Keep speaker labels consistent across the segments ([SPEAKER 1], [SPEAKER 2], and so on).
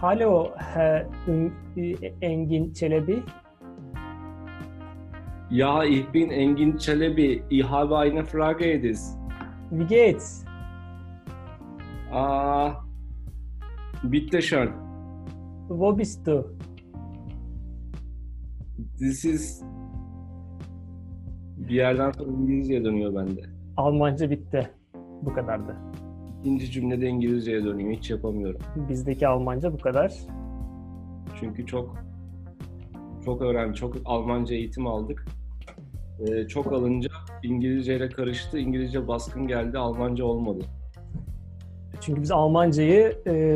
[SPEAKER 1] Hallo, Herr Engin Çelebi.
[SPEAKER 2] Ja, ich bin Engin Çelebi. Ich habe eine Frage, Edis.
[SPEAKER 1] Wie geht's?
[SPEAKER 2] Ah, bitte schön.
[SPEAKER 1] Wo bist du?
[SPEAKER 2] This is... Bir yerden sonra İngilizceye dönüyor bende.
[SPEAKER 1] Almanca bitti. Bu kadardı.
[SPEAKER 2] İkinci cümlede İngilizceye dönüyor. Hiç yapamıyorum.
[SPEAKER 1] Bizdeki Almanca bu kadar.
[SPEAKER 2] Çünkü çok öğrendim. Çok Almanca eğitim aldık. Çok alınca İngilizceyle karıştı. İngilizce baskın geldi. Almanca olmadı.
[SPEAKER 1] Çünkü biz Almancayı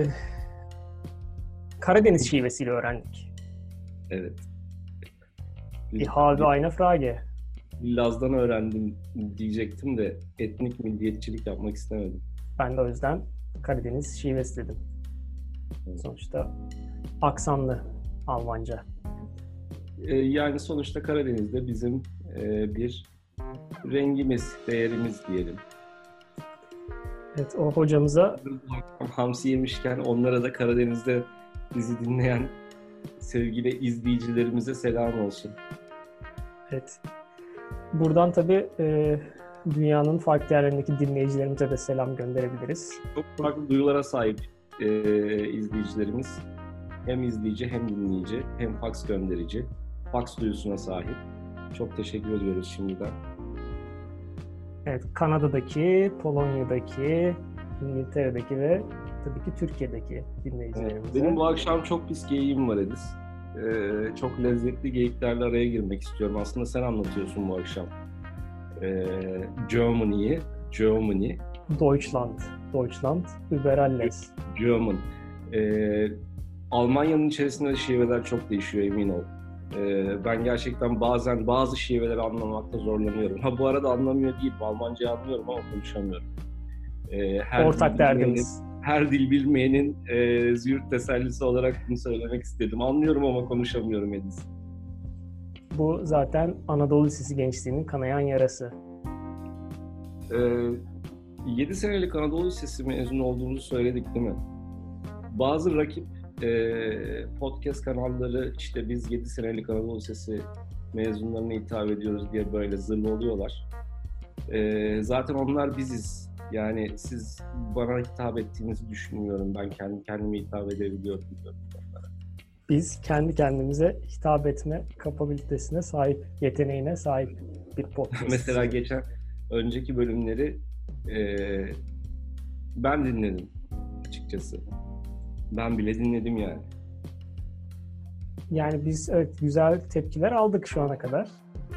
[SPEAKER 1] Karadeniz şivesiyle öğrendik.
[SPEAKER 2] Evet.
[SPEAKER 1] Ich habe eine Frage.
[SPEAKER 2] Laz'dan öğrendim diyecektim de etnik milliyetçilik yapmak istemedim.
[SPEAKER 1] Ben de o yüzden Karadeniz şivesi dedim. Sonuçta aksanlı Almanca.
[SPEAKER 2] Yani sonuçta Karadeniz'de bizim bir rengimiz, değerimiz diyelim.
[SPEAKER 1] Evet, o hocamıza...
[SPEAKER 2] Hamsi yemişken onlara da Karadeniz'de bizi dinleyen sevgili izleyicilerimize selam olsun.
[SPEAKER 1] Evet. Buradan tabii dünyanın farklı yerlerindeki dinleyicilerimize de selam gönderebiliriz.
[SPEAKER 2] Çok farklı duyulara sahip izleyicilerimiz. Hem izleyici, hem dinleyici, hem fax gönderici. Fax duyusuna sahip. Çok teşekkür ediyoruz şimdiden.
[SPEAKER 1] Evet, Kanada'daki, Polonya'daki, İngiltere'deki ve tabii ki Türkiye'deki dinleyicilerimize.
[SPEAKER 2] Evet, benim bu akşam çok pis geyiğim var Edis. Çok lezzetli geyiklerle araya girmek istiyorum. Aslında sen anlatıyorsun bu akşam. Germany.
[SPEAKER 1] Deutschland, über alles.
[SPEAKER 2] German. Almanya'nın içerisinde de şiveler çok değişiyor, emin ol. Ben gerçekten bazen bazı şiveleri anlamakta zorlanıyorum. Bu arada anlamıyor değilim. Almancayı anlıyorum ama konuşamıyorum.
[SPEAKER 1] Ortak derdimiz.
[SPEAKER 2] Her dil bilmeyenin züğürt tesellisi olarak bunu söylemek istedim. Anlıyorum ama konuşamıyorum Edis.
[SPEAKER 1] Bu zaten Anadolu Lisesi gençliğinin kanayan yarası.
[SPEAKER 2] 7 senelik Anadolu Lisesi mezunu olduğumuzu söyledik değil mi? Bazı rakip podcast kanalları işte biz 7 senelik Anadolu Lisesi mezunlarına hitap ediyoruz diye böyle zırlı oluyorlar. Zaten onlar biziz. Yani siz bana hitap ettiğinizi düşünmüyorum. Ben kendi kendime hitap edebiliyorum.
[SPEAKER 1] Biz kendi kendimize hitap etme kapabilitesine sahip, yeteneğine sahip bir podcast.
[SPEAKER 2] Mesela önceki bölümleri ben dinledim açıkçası. Ben bile dinledim yani.
[SPEAKER 1] Yani biz evet güzel tepkiler aldık şu ana kadar.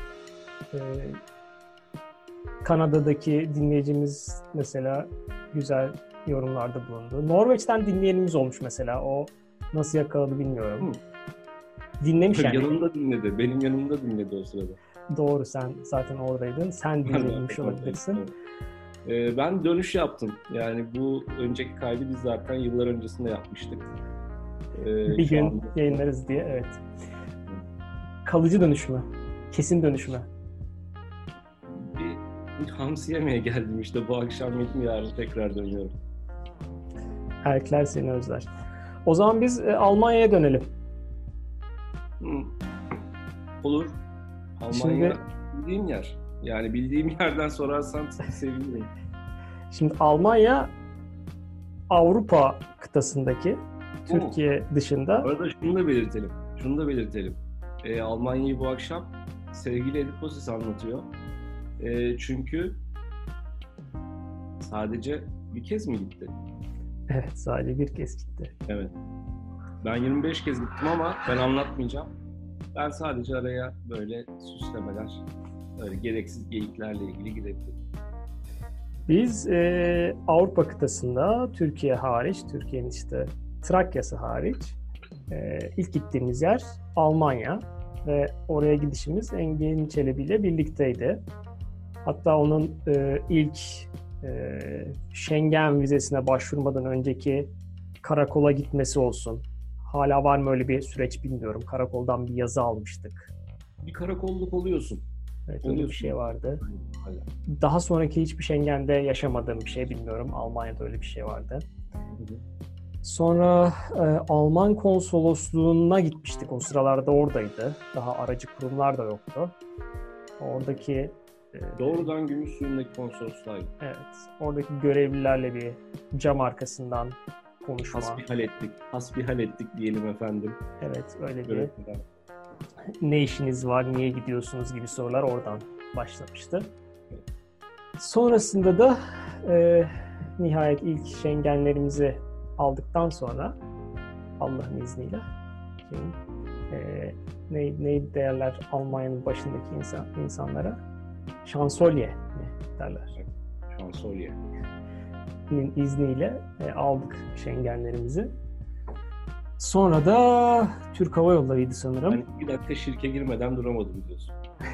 [SPEAKER 1] Kanada'daki dinleyicimiz mesela güzel yorumlarda bulundu. Norveç'ten dinleyenimiz olmuş mesela. O nasıl yakaladı bilmiyorum. Dinlemiş yani.
[SPEAKER 2] Yanımda dinledi. Benim yanımda dinledi o sırada.
[SPEAKER 1] Doğru, sen zaten oradaydın. Sen dinlemiş olabilirsin.
[SPEAKER 2] Ben dönüş yaptım. Yani bu önceki kaydı biz zaten yıllar öncesinde yapmıştık.
[SPEAKER 1] Bir gün yayınlarız diye, evet. Kalıcı dönüş mü? Kesin dönüş mü?
[SPEAKER 2] Bir hamsi yemeye geldim işte. Bu akşam yedim, yarın tekrar dönüyorum.
[SPEAKER 1] Erkekler seni özler. O zaman biz Almanya'ya dönelim.
[SPEAKER 2] Olur. Almanya bildiğim yer. Yani bildiğim yerden sorarsan sevinirim.
[SPEAKER 1] Şimdi Almanya Avrupa kıtasındaki, Türkiye dışında.
[SPEAKER 2] Bu arada şunu da belirtelim. Almanya'yı bu akşam sevgili Ediposis anlatıyor. Çünkü sadece bir kez mi gitti?
[SPEAKER 1] Evet, sadece bir kez gitti.
[SPEAKER 2] Evet. Ben 25 kez gittim ama ben anlatmayacağım. Ben sadece araya böyle süslemeler, böyle gereksiz geyiklerle ilgili girebilirim.
[SPEAKER 1] Biz Avrupa kıtasında Türkiye hariç, Türkiye'nin işte Trakya'sı hariç ilk gittiğimiz yer Almanya ve oraya gidişimiz Engin Çelebi ile birlikteydi. Hatta onun ilk Schengen vizesine başvurmadan önceki karakola gitmesi olsun. Hala var mı öyle bir süreç bilmiyorum. Karakoldan bir yazı almıştık.
[SPEAKER 2] Bir karakolluk oluyorsun.
[SPEAKER 1] Evet, öyle bir şey vardı. Daha sonraki hiçbir Schengen'de yaşamadığım bir şey bilmiyorum. Almanya'da öyle bir şey vardı. Sonra Alman konsolosluğuna gitmiştik. O sıralarda oradaydı. Daha aracı kurumlar da yoktu. Oradaki
[SPEAKER 2] Doğrudan gümüş suyundaki konsolosluğuydu.
[SPEAKER 1] evet, oradaki görevlilerle bir cam arkasından konuşma.
[SPEAKER 2] Hasbihal ettik diyelim efendim.
[SPEAKER 1] Evet, öyle bir
[SPEAKER 2] Görevliler.
[SPEAKER 1] ne işiniz var, niye gidiyorsunuz gibi sorular oradan başlamıştı. Sonrasında da nihayet ilk Schengenlerimizi aldıktan sonra Allah'ın izniyle neydi derler Almanya'nın başındaki insanlara? Şansölye mi derler? Şansölye'nin izniyle aldık Schengenlerimizi. Sonra da Türk Hava Yolları'ydı sanırım.
[SPEAKER 2] Yani bir dakika şirke girmeden duramadım diyorsun.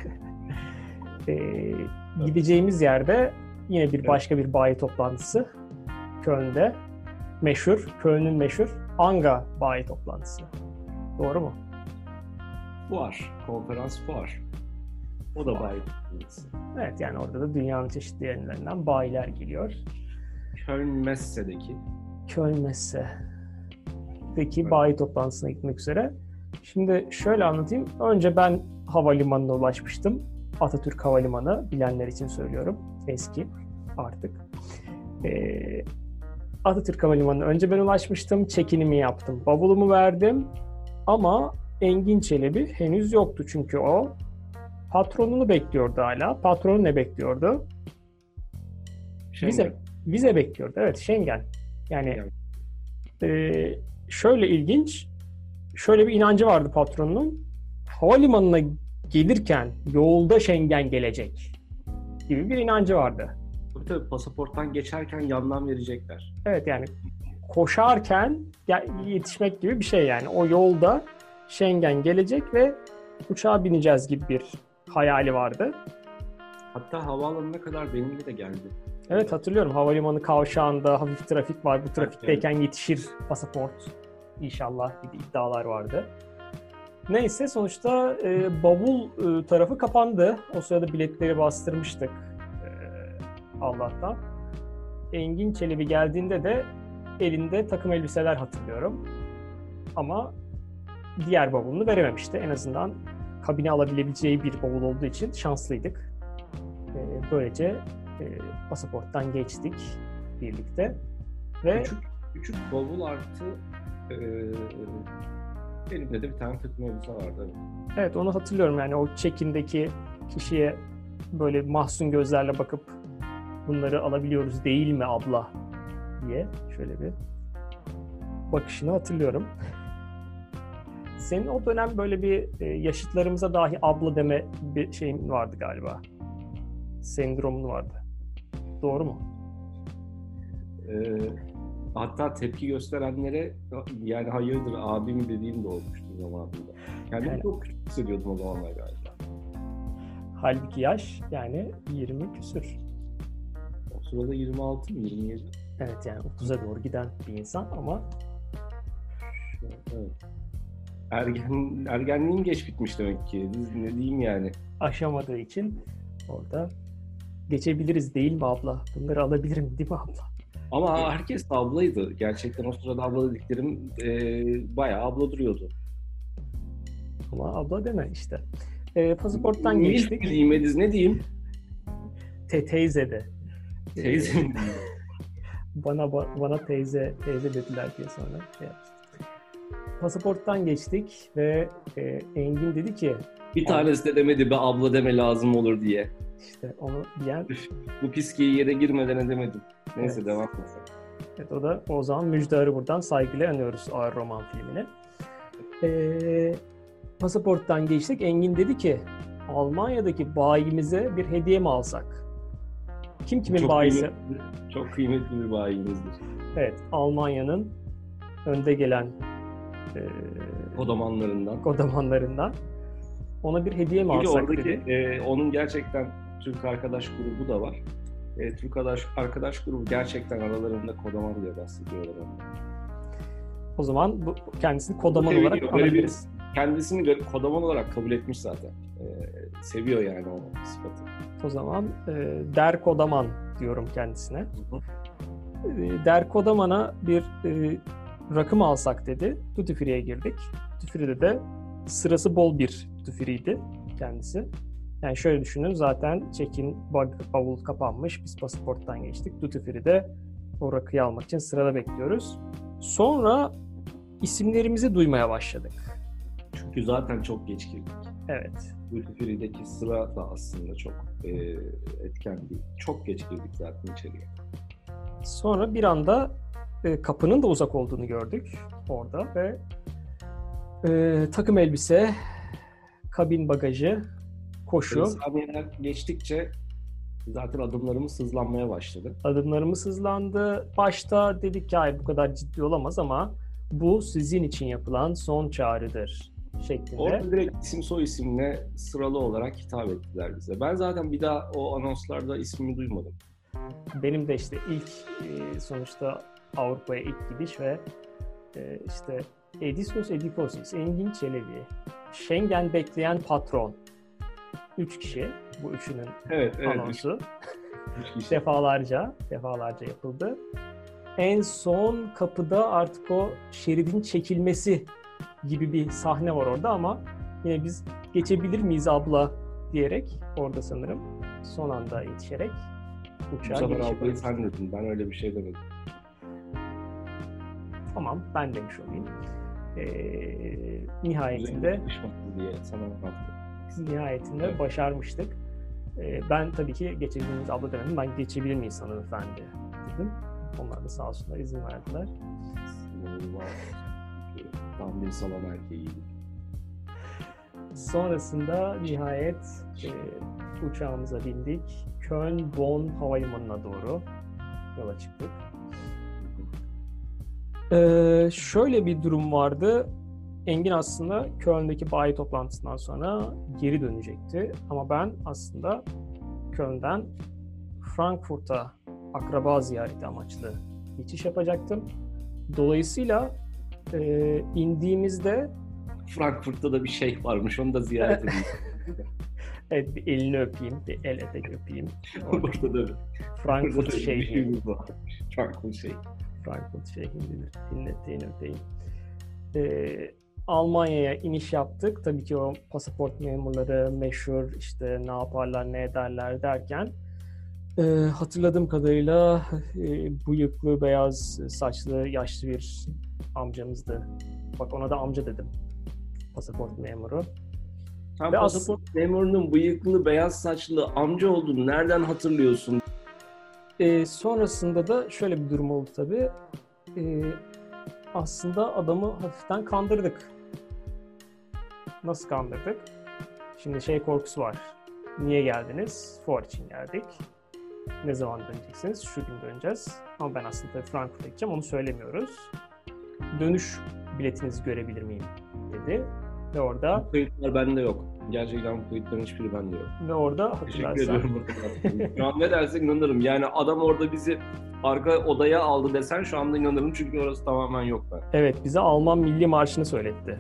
[SPEAKER 1] Gideceğimiz yerde yine başka bir bayi toplantısı. Köln'de. Köln'ün meşhur Anga bayi toplantısı. Doğru mu?
[SPEAKER 2] Konferans fuar. O da bayi toplantısı.
[SPEAKER 1] Evet, yani orada da dünyanın çeşitli yerlerinden bayiler geliyor.
[SPEAKER 2] Köln Messe'deki
[SPEAKER 1] bayi toplantısına gitmek üzere. Şimdi şöyle anlatayım. Önce ben havalimanına ulaşmıştım. Atatürk Havalimanı, bilenler için söylüyorum. Eski artık. Atatürk Havalimanı'na önce ben ulaşmıştım. Check-in'imi yaptım. Bavulumu verdim. Ama Engin Çelebi henüz yoktu. Çünkü o patronunu bekliyordu hala. Patronu ne bekliyordu? Vize bekliyordu. Evet, Schengen. Yani şöyle ilginç. Şöyle bir inancı vardı patronunun. Havalimanına gelirken yolda Schengen gelecek gibi bir inancı vardı.
[SPEAKER 2] Tabii pasaporttan geçerken yandan verecekler.
[SPEAKER 1] Evet, yani koşarken yetişmek gibi bir şey yani. O yolda Schengen gelecek ve uçağa bineceğiz gibi bir hayali vardı.
[SPEAKER 2] Hatta havaalanına kadar benimle de geldi.
[SPEAKER 1] Evet, hatırlıyorum. Havalimanı kavşağında hafif trafik var. Bu trafikteyken yetişir pasaport. İnşallah gibi iddialar vardı. Neyse, sonuçta bavul tarafı kapandı. O sırada biletleri bastırmıştık. Allah'tan. Engin Çelebi geldiğinde de elinde takım elbiseler hatırlıyorum. Ama diğer bavulunu verememişti. En azından kabine alabileceği bir bavul olduğu için şanslıydık. Böylece pasaporttan geçtik birlikte. Ve
[SPEAKER 2] küçük bavul artı elimde de bir tane takım elbise vardı.
[SPEAKER 1] Evet, onu hatırlıyorum. Yani o check-in'deki kişiye böyle mahzun gözlerle bakıp bunları alabiliyoruz değil mi abla diye şöyle bir bakışını hatırlıyorum. Senin o dönem böyle bir yaşıtlarımıza dahi abla deme bir şeyin vardı galiba. Sendromun vardı. Doğru mu?
[SPEAKER 2] Hatta tepki gösterenlere yani hayırdır abim dediğim de olmuştu zamanında. Kendimi çok küçük hissediyordum o zamanlar galiba.
[SPEAKER 1] Halbuki yaş yani 20 küsür.
[SPEAKER 2] O sırada 26 mı 27?
[SPEAKER 1] Evet, yani 30'a doğru giden bir insan ama
[SPEAKER 2] evet. Ergenliğim geç bitmiş demek ki. Ne diyeyim yani.
[SPEAKER 1] Aşamadığı için orada geçebiliriz değil mi abla? Bunları alabilirim değil mi abla?
[SPEAKER 2] Ama herkes ablaydı. Gerçekten o sırada abla dediklerim bayağı abla duruyordu.
[SPEAKER 1] Ama abla deme işte. Pasaporttan geçtik.
[SPEAKER 2] Ne diyeyim Ediz, ne diyeyim?
[SPEAKER 1] Teyze de.
[SPEAKER 2] Teyze mi?
[SPEAKER 1] Bana teyze dediler diye sonra şey yaptım. Pasaporttan geçtik ve Engin dedi ki
[SPEAKER 2] bir tanesi de demedi be abla deme lazım olur diye.
[SPEAKER 1] İşte onu diyen
[SPEAKER 2] bu piskiye yere girmeden edemedim. Neyse evet. Devam etsin.
[SPEAKER 1] Evet, o zaman Müjdar'ı buradan saygıyla anıyoruz ağır roman filmine. Pasaporttan geçtik. Engin dedi ki Almanya'daki bayimize bir hediye mi alsak? Kimin
[SPEAKER 2] çok
[SPEAKER 1] bayisi?
[SPEAKER 2] Çok kıymetli bir bayimizdir.
[SPEAKER 1] Evet, Almanya'nın önde gelen kodamanlarından ona bir hediye mi alsak
[SPEAKER 2] oradaki,
[SPEAKER 1] dedi.
[SPEAKER 2] Onun gerçekten Türk arkadaş grubu da var. Türk arkadaş grubu gerçekten aralarında kodaman diye bahsediyorlar.
[SPEAKER 1] O zaman bu kendisini kodaman olarak anabiliriz.
[SPEAKER 2] Kendisini kodaman olarak kabul etmiş zaten. Seviyor yani o sıfatı.
[SPEAKER 1] O zaman Der Kodaman diyorum kendisine. Der Kodaman'a bir rakı mı alsak dedi. Tutti Fruit'e girdik. Tutti Fruit'de de sırası bol bir Tutti Fruit'ydi kendisi. Yani şöyle düşünün, zaten check-in bavul kapanmış. Biz pasaporttan geçtik. Tutti Fruit'de o rakıyı almak için sırada bekliyoruz. Sonra isimlerimizi duymaya başladık.
[SPEAKER 2] Çünkü zaten çok geç girdik.
[SPEAKER 1] Evet.
[SPEAKER 2] Duty Free'deki sıra da aslında çok etken değil. Çok geç girdik zaten içeriye.
[SPEAKER 1] Sonra bir anda kapının da uzak olduğunu gördük orada ve takım elbise, kabin bagajı, koşu.
[SPEAKER 2] Saniyeler geçtikçe zaten adımlarımız hızlanmaya başladı.
[SPEAKER 1] Adımlarımız hızlandı. Başta dedik ki hayır bu kadar ciddi olamaz ama bu sizin için yapılan son çağrıdır şeklinde.
[SPEAKER 2] Orada direkt isim soy isimle sıralı olarak hitap ettiler bize. Ben zaten bir daha o anonslarda ismimi duymadım.
[SPEAKER 1] Benim de işte ilk sonuçta Avrupa'ya ilk gidiş ve işte Edistos Edikosis, Engin Çelebi, Schengen bekleyen patron. 3 kişi, bu üçünün anonsu. Defalarca yapıldı. En son kapıda artık o şeridin çekilmesi gibi bir sahne var orada ama yine biz geçebilir miyiz abla diyerek orada sanırım son anda yetişerek uçağa
[SPEAKER 2] giriş
[SPEAKER 1] yapıyoruz.
[SPEAKER 2] ablayı sen dedin, ben öyle bir şey demedim.
[SPEAKER 1] Tamam, ben demiş olayım. Nihayetinde başarmıştık. Ben tabii ki geçebilir miyiz abla demedim. Ben geçebilir miyiz hanımefendi dedim. Onlar da sağ olsunlar izin verdiler.
[SPEAKER 2] Tam bir salon erkeğiydi.
[SPEAKER 1] Sonrasında nihayet uçağımıza bindik. Köln-Bonn havalimanına doğru yola çıktık. Şöyle bir durum vardı. Engin aslında Köln'deki bayi toplantısından sonra geri dönecekti. Ama ben aslında Köln'den Frankfurt'a akraba ziyareti amaçlı geçiş yapacaktım. Dolayısıyla indiğimizde
[SPEAKER 2] Frankfurt'ta da bir şeyh varmış, onu da ziyaret edeyim.
[SPEAKER 1] Evet, bir elini öpeyim, bir el etek öpeyim.
[SPEAKER 2] Orada da
[SPEAKER 1] Frankfurt şeyhi.
[SPEAKER 2] Frankfurt
[SPEAKER 1] şeyhi'nin dinlettiğini öpeyim. Almanya'ya iniş yaptık. Tabii ki o pasaport memurları meşhur işte ne yaparlar ne ederler derken hatırladığım kadarıyla bıyıklı, beyaz saçlı, yaşlı bir amcamızdı. Bak ona da amca dedim. Pasaport memuru.
[SPEAKER 2] Sen pasaport memurunun bıyıklı, beyaz saçlı amca olduğunu nereden hatırlıyorsun?
[SPEAKER 1] Sonrasında da şöyle bir durum oldu tabii. Aslında adamı hafiften kandırdık. Nasıl kandırdık? Şimdi korkusu var. Niye geldiniz? Fuar için geldik. Ne zaman döneceksiniz? Şu gün döneceğiz. Ama ben aslında Frankfurt'a gideceğim, onu söylemiyoruz. Dönüş biletinizi görebilir miyim? Dedi. Ve orada...
[SPEAKER 2] Bu kayıtlar bende yok. Gerçekten bu kayıtların hiçbiri bende yok.
[SPEAKER 1] Ve orada hatırlarsan...
[SPEAKER 2] Şu an ne dersen inanırım. Yani adam orada bizi arka odaya aldı desen şu anda inanırım çünkü orası tamamen yok ben.
[SPEAKER 1] Evet, bize Alman Milli Marşı'nı söyletti.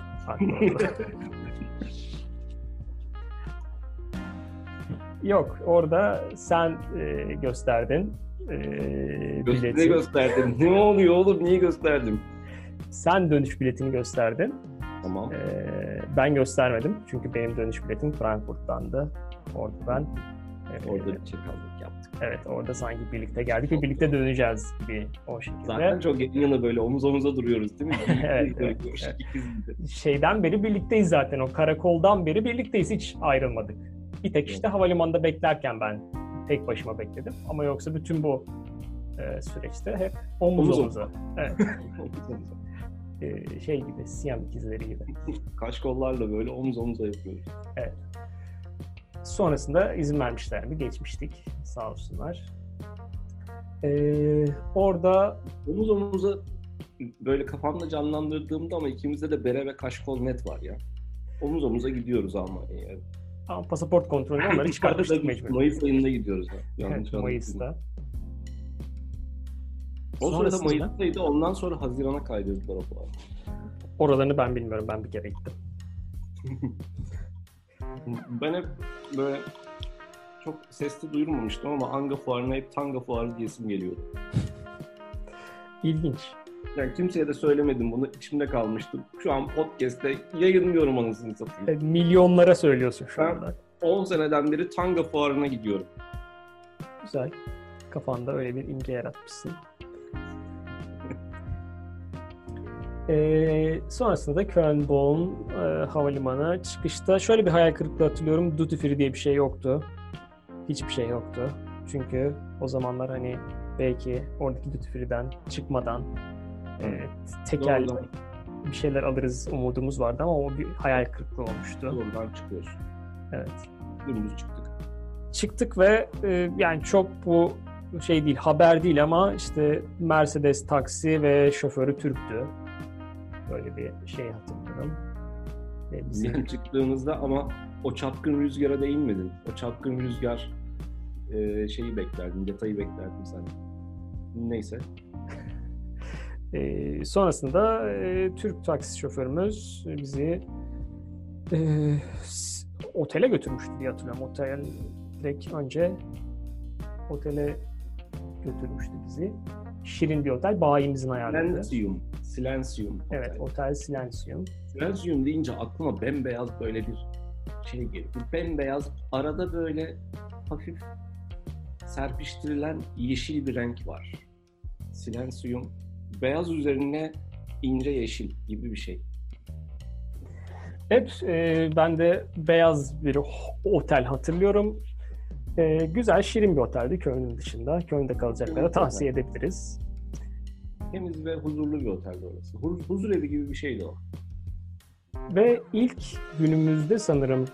[SPEAKER 1] Yok, orada sen gösterdin bileti.
[SPEAKER 2] Ne gösterdin? Ne oluyor oğlum? Niye gösterdim?
[SPEAKER 1] Sen dönüş biletini gösterdin.
[SPEAKER 2] Tamam.
[SPEAKER 1] Ben göstermedim. Çünkü benim dönüş biletim Frankfurt'tandı. Orada ben...
[SPEAKER 2] orada bir çakallık yaptık.
[SPEAKER 1] Evet, orada sanki birlikte geldik ve birlikte döneceğiz gibi o şekilde.
[SPEAKER 2] Zaten çok yakın yana böyle omuz omuza duruyoruz değil mi?
[SPEAKER 1] Evet. Şeyden beri birlikteyiz zaten. O karakoldan beri birlikteyiz. Hiç ayrılmadık. Bir tek işte havalimanında beklerken ben tek başıma bekledim. Ama yoksa bütün bu süreçte hep omuz omuza. Evet. Gibi, Siyam ikizleri gibi.
[SPEAKER 2] Kaş kollarla böyle omuz omuza yapıyoruz.
[SPEAKER 1] Evet. Sonrasında izin vermişlerdi. Geçmiştik. Sağ olsunlar. Orada...
[SPEAKER 2] Omuz omuza böyle kafamda canlandırdığımda ama ikimizde de bere ve kaş kol net var ya. Omuz omuza gidiyoruz Almanya'ya.
[SPEAKER 1] Ama pasaport kontrolü onları çıkartmıştık mecbur.
[SPEAKER 2] Mayıs ayında gidiyoruz.
[SPEAKER 1] Evet, Mayıs'ta.
[SPEAKER 2] O sırada Mayıs'taydı, ondan sonra Haziran'a kaydırdılar o puanı.
[SPEAKER 1] Oralarını ben bilmiyorum, ben bir kere gittim.
[SPEAKER 2] Ben hep böyle çok sesli duyurmamıştım ama Anga Fuarı'na hep Tanga Fuarı diyesim geliyordu.
[SPEAKER 1] İlginç.
[SPEAKER 2] Yani kimseye de söylemedim bunu. İçimde kalmıştı. Şu an podcast'te yayınlıyorum anasını satayım.
[SPEAKER 1] Milyonlara söylüyorsun şu
[SPEAKER 2] Ben
[SPEAKER 1] anda.
[SPEAKER 2] 10 seneden beri Tanga fuarına gidiyorum.
[SPEAKER 1] Güzel. Kafanda öyle bir imge yaratmışsın. Sonrasında da Köln-Bonn havalimanı çıkışta şöyle bir hayal kırıklığı hatırlıyorum. Duty free diye bir şey yoktu. Hiçbir şey yoktu. Çünkü o zamanlar belki oradaki duty free'den çıkmadan tekel bir şeyler alırız umudumuz vardı ama o bir hayal kırıklığı olmuştu.
[SPEAKER 2] Oradan çıkıyorsun.
[SPEAKER 1] Evet.
[SPEAKER 2] Dümdüz çıktık.
[SPEAKER 1] Çıktık ve yani çok bu şey değil, haber değil ama işte Mercedes taksi ve şoförü Türktü. Böyle bir şey hatırlıyorum.
[SPEAKER 2] Bizden çıktığımızda ama o çapkın rüzgara değinmedin. O çapkın rüzgar şeyi beklerdim, detayı beklerdim sen. Neyse.
[SPEAKER 1] Sonrasında Türk taksi şoförümüz bizi otele götürmüştü diye hatırlıyorum. Otel direkt önce otele götürmüştü bizi. Şirin bir otel. Bayimizin ayarladığı.
[SPEAKER 2] Silencium.
[SPEAKER 1] Evet, Otel Silencium.
[SPEAKER 2] Silencium deyince aklıma bembeyaz böyle bir şey geliyor. Bembeyaz, arada böyle hafif serpiştirilen yeşil bir renk var. Silencium. Beyaz üzerine ince yeşil gibi bir şey.
[SPEAKER 1] Hep ben de beyaz bir otel hatırlıyorum. Güzel, şirin bir oteldi Köln'ün dışında. Köln'de kalacaklara tavsiye edebiliriz.
[SPEAKER 2] Temiz ve huzurlu bir oteldi orası. Huzur evi gibi bir şeydi o.
[SPEAKER 1] Ve ilk günümüzde sanırım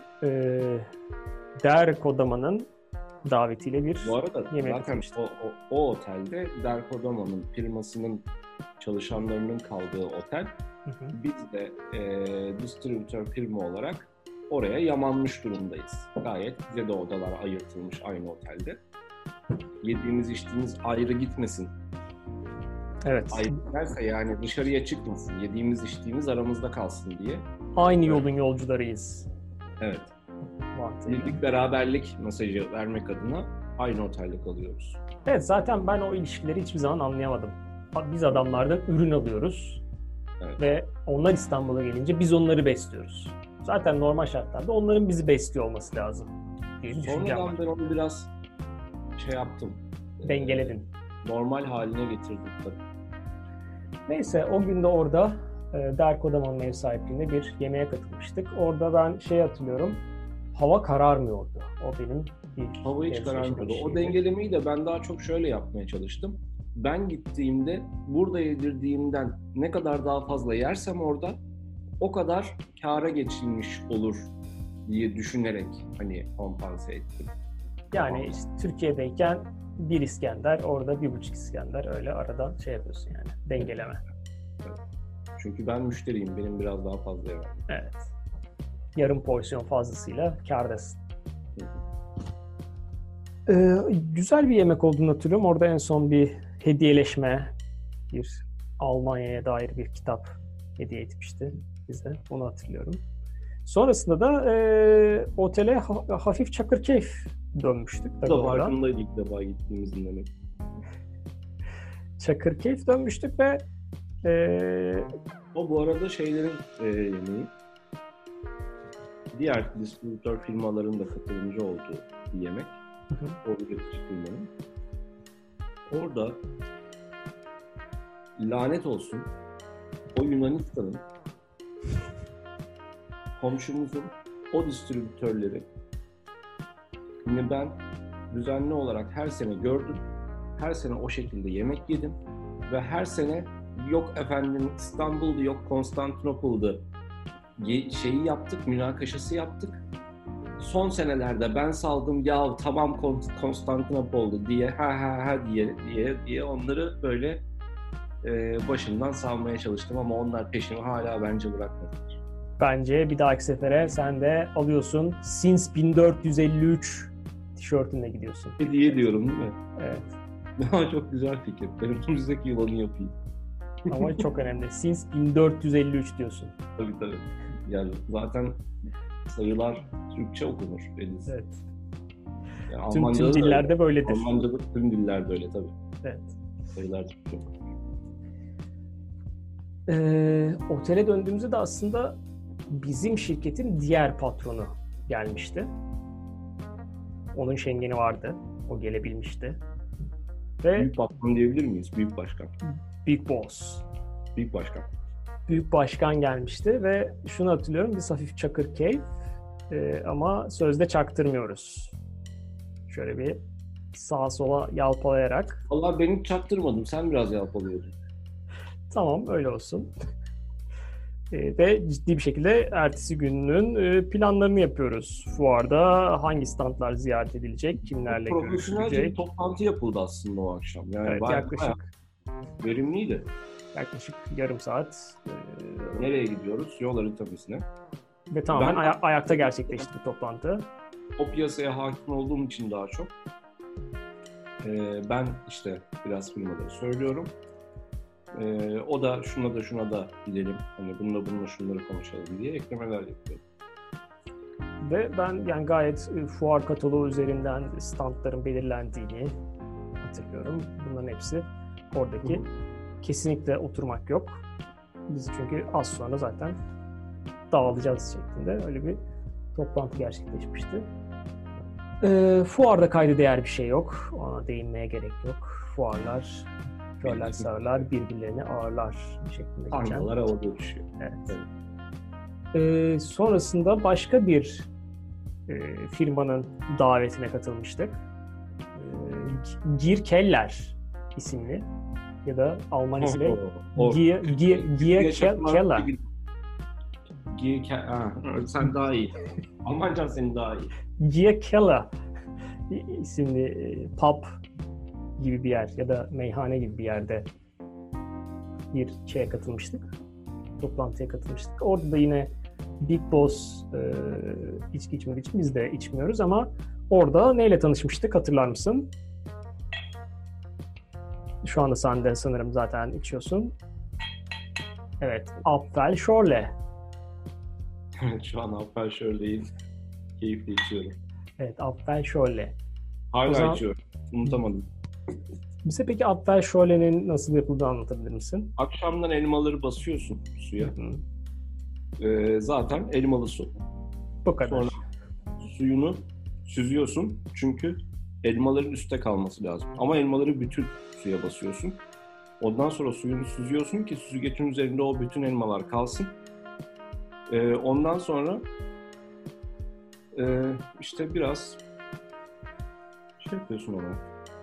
[SPEAKER 1] Der Kodama'nın davetiyle bir
[SPEAKER 2] bu arada
[SPEAKER 1] yemek
[SPEAKER 2] zaten
[SPEAKER 1] yapmıştık.
[SPEAKER 2] o otelde Der Kodama'nın firmasının çalışanlarının kaldığı otel. Biz de distribütör firma olarak oraya yamanmış durumdayız. Gayet bize de odalar ayırtılmış aynı otelde. Yediğimiz içtiğimiz ayrı gitmesin.
[SPEAKER 1] Evet.
[SPEAKER 2] Ayrı giderse yani dışarıya çıkmasın. Yediğimiz içtiğimiz aramızda kalsın diye.
[SPEAKER 1] Aynı yolun yolcularıyız.
[SPEAKER 2] Evet.
[SPEAKER 1] Mantığıyla.
[SPEAKER 2] Birlik beraberlik mesajı vermek adına aynı otelde kalıyoruz.
[SPEAKER 1] Evet, zaten ben o ilişkileri hiçbir zaman anlayamadım. Biz adamlardan ürün alıyoruz.
[SPEAKER 2] Evet.
[SPEAKER 1] Ve onlar İstanbul'a gelince biz onları besliyoruz. Zaten normal şartlarda onların bizi besliyor olması lazım diye bir düşüncem var.
[SPEAKER 2] Sonradan ben onu biraz şey yaptım.
[SPEAKER 1] Dengeledin.
[SPEAKER 2] Normal haline getirdim tabii.
[SPEAKER 1] Neyse, o gün de orada Der Kodama'nın ev sahipliğinde bir yemeğe katılmıştık. Orada ben hatırlıyorum. Hava kararmıyordu. O benim ilk
[SPEAKER 2] Hava hiç kararmıyordu. O dengelemeyi de ben daha çok şöyle yapmaya çalıştım. Ben gittiğimde burada yedirdiğimden ne kadar daha fazla yersem orada o kadar kâra geçilmiş olur diye düşünerek hani kompanse ettim.
[SPEAKER 1] Yani işte Türkiye'deyken bir İskender, orada 1,5 İskender, öyle arada şey yapıyorsun yani, dengeleme.
[SPEAKER 2] Evet. Çünkü ben müşteriyim, benim biraz daha fazla yemem.
[SPEAKER 1] Evet. Yarım porsiyon fazlasıyla kârdasın. Güzel bir yemek olduğunu hatırlıyorum. Orada en son bir hediyeleşme, bir Almanya'ya dair bir kitap hediye etmişti bize. Onu hatırlıyorum. Sonrasında da otele hafif Çakırkeyf dönmüştük.
[SPEAKER 2] Bu da farkındaydı ilk defa gittiğimizin demek.
[SPEAKER 1] Çakırkeyf dönmüştük ve
[SPEAKER 2] o bu arada şeylerin yemeği. Diğer distribütör firmaların da katılımcı olduğu bir yemek. O üretici firmanın. Orada lanet olsun o Yunanistan'ın komşumuzun o distribütörleri ben düzenli olarak her sene gördüm. Her sene o şekilde yemek yedim ve her sene yok efendim İstanbul'du, yok Konstantinopol'du şeyi yaptık, münakaşası yaptık. Son senelerde ben saldım ya tamam Konstantinopol'du diye ha diye onları böyle başından salmaya çalıştım ama onlar peşimi hala bence bırakmadılar.
[SPEAKER 1] Bence bir dahaki sefere sen de alıyorsun Since 1453 tişörtünle gidiyorsun.
[SPEAKER 2] Hediye diyorum değil mi?
[SPEAKER 1] Evet.
[SPEAKER 2] Çok güzel fikir. Ben önümüzdeki yıl onu yapayım.
[SPEAKER 1] Ama çok önemli. Since 1453 diyorsun.
[SPEAKER 2] Tabii. Yani zaten sayılar Türkçe okunur.
[SPEAKER 1] Evet.
[SPEAKER 2] Yani
[SPEAKER 1] tüm dillerde böyledir.
[SPEAKER 2] Almanca'da tüm dillerde öyle tabii.
[SPEAKER 1] Evet.
[SPEAKER 2] Sayılar Türkçe okunur.
[SPEAKER 1] Otele döndüğümüzde de aslında bizim şirketin diğer patronu gelmişti. Onun Schengen'i vardı. O gelebilmişti. Ve
[SPEAKER 2] Büyük patron diyebilir miyiz? Büyük başkan.
[SPEAKER 1] Big Boss.
[SPEAKER 2] Büyük başkan.
[SPEAKER 1] Büyük başkan gelmişti ve şunu hatırlıyorum, biz hafif çakır keyif ama sözde çaktırmıyoruz. Şöyle bir sağa sola yalpalayarak.
[SPEAKER 2] Vallahi ben hiç çaktırmadım. Sen biraz yalpalıyordun.
[SPEAKER 1] Tamam, öyle olsun. Ve ciddi bir şekilde ertesi günün planlarını yapıyoruz. Fuarda hangi standlar ziyaret edilecek, kimlerle
[SPEAKER 2] Profesyonelce bir
[SPEAKER 1] görüşülecek.
[SPEAKER 2] toplantı yapıldı aslında o akşam. Yani
[SPEAKER 1] Evet, yaklaşık
[SPEAKER 2] verimliydi.
[SPEAKER 1] yarım saat.
[SPEAKER 2] Nereye gidiyoruz? Yol haritamızne.
[SPEAKER 1] Ve tamamen ayakta gerçekleşti bu toplantı.
[SPEAKER 2] O piyasaya hakim olduğum için daha çok. Ben işte biraz firmaları söylüyorum. O da şuna da gidelim. Hani bununla şunları konuşalım diye eklemeler yapıyor.
[SPEAKER 1] Ve ben yani gayet fuar kataloğu üzerinden standların belirlendiğini hatırlıyorum. Bunların hepsi oradaki. Kesinlikle oturmak yok. Biz çünkü az sonra zaten dağılacağız şeklinde öyle bir toplantı gerçekleşmişti. Fuarda kayda değer bir şey yok. Ona değinmeye gerek yok. Fuarlar, körler sağırlar, birbirlerini ağırlar şeklinde geçen.
[SPEAKER 2] Tanrılar havada düşüyor.
[SPEAKER 1] Evet. Sonrasında başka bir firmanın davetine katılmıştık. Gierkeller isimli ya da Alman ismi Gierkeller.
[SPEAKER 2] Sen daha iyi. Almancan senin daha iyi.
[SPEAKER 1] Gierkeller isimli pub gibi bir yer ya da meyhane gibi bir yerde bir şeye katılmıştık. Toplantıya katılmıştık. Orada da yine Big Boss içki içmek için biz de içmiyoruz ama orada neyle tanışmıştık hatırlar mısın? Şu anda sen de sanırım zaten içiyorsun. Evet, Apfelschorle.
[SPEAKER 2] Şu an Apfelschorle'yi keyifle içiyorum.
[SPEAKER 1] Evet, Apfelschorle.
[SPEAKER 2] Hala içiyorum. Unutamadım.
[SPEAKER 1] Bize peki Apfelschorle'nin nasıl yapıldığını anlatabilir misin?
[SPEAKER 2] Akşamdan elmaları basıyorsun suya. Zaten elmalı su.
[SPEAKER 1] Bu kadar.
[SPEAKER 2] Sonra suyunu süzüyorsun çünkü elmaların üstte kalması lazım. Ama elmaları bütün suya basıyorsun. Ondan sonra suyunu süzüyorsun ki süzgecin üzerinde o bütün elmalar kalsın. Ondan sonra işte biraz şey yapıyorsun ona.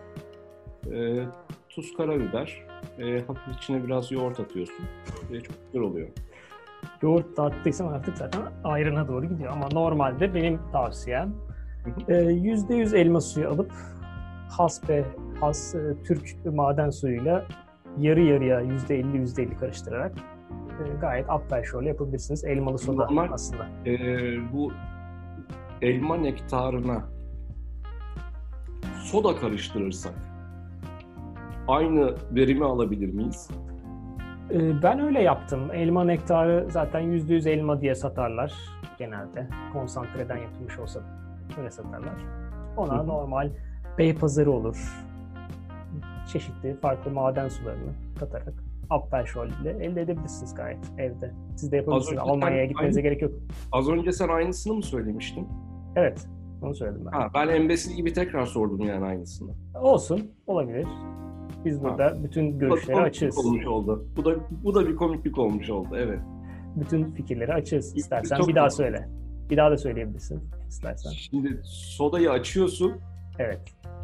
[SPEAKER 2] Tuz, karabiber, hafif içine biraz yoğurt atıyorsun. Çok güzel oluyor.
[SPEAKER 1] Yoğurt da attıysan artık zaten ayrına doğru gidiyor. Ama normalde benim tavsiyem %100 elma suyu alıp has Türk maden suyuyla yarı yarıya %50 karıştırarak gayet Apfelschorle yapabilirsiniz. Elmalı soda
[SPEAKER 2] normal,
[SPEAKER 1] aslında.
[SPEAKER 2] Bu elma nektarına soda karıştırırsak aynı verimi alabilir miyiz?
[SPEAKER 1] Ben öyle yaptım. Elma nektarı zaten %100 elma diye satarlar genelde. Konsantreden yapılmış olsa öyle satarlar. Ona normal Beypazarı olur. Çeşitli farklı maden sularını katarak Apfelschorle ile elde edebilirsiniz gayet evde. Siz de yapabilirsiniz. Almanya'ya gitmenize gerek yok.
[SPEAKER 2] Az önce sen aynısını mı söylemiştin?
[SPEAKER 1] Evet. Onu söyledim ben.
[SPEAKER 2] Ben embesil gibi tekrar sordum yani aynısını.
[SPEAKER 1] Olsun. Olabilir. Biz burada bütün görüşleri açığız.
[SPEAKER 2] Olmuş oldu. Bu da bir komiklik olmuş oldu. Evet.
[SPEAKER 1] Bütün fikirleri açığız. İstersen bir daha söyle. Bir daha da söyleyebilirsin istersen.
[SPEAKER 2] Şimdi sodayı açıyorsun.
[SPEAKER 1] Evet.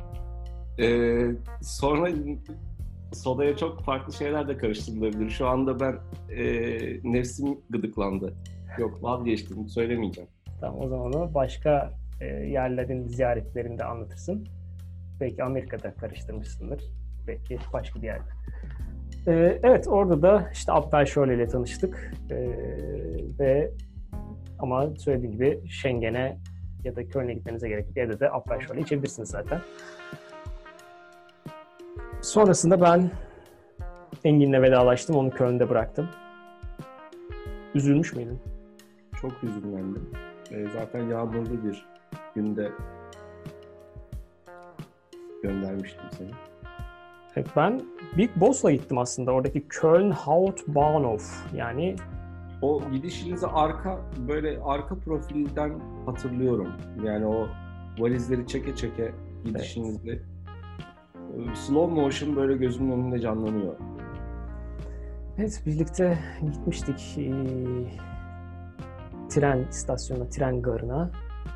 [SPEAKER 2] Sonra sodaya çok farklı şeyler de karıştırılabilir. Şu anda ben nefsim gıdıklandı. Yok, vazgeçtim. Söylemeyeceğim.
[SPEAKER 1] Tamam, o zaman onu başka yerlerin ziyaretlerinde anlatırsın. Belki Amerika'da karıştırmışsındır. Belki başka bir yerde. Evet, orada da işte Apfelschorle ile tanıştık. Ve ama söylediğim gibi Schengen'e ya da Köln'e gitmenize gerek yok. Evde de Apfelschorle içebilirsiniz zaten. Sonrasında ben Engin'le vedalaştım. Onu Köln'de bıraktım. Üzülmüş müydün?
[SPEAKER 2] Çok üzüldüm. Zaten yağmurlu bir günde göndermiştim seni.
[SPEAKER 1] Evet, ben Big Boss'la gittim aslında. Oradaki Köln Hauptbahnhof. Yani
[SPEAKER 2] O gidişinizi böyle arka profilden hatırlıyorum. Yani o valizleri çeke çeke gidişinizi slow motion böyle gözümün önünde canlanıyor.
[SPEAKER 1] evet, birlikte gitmiştik tren istasyonuna, tren garına.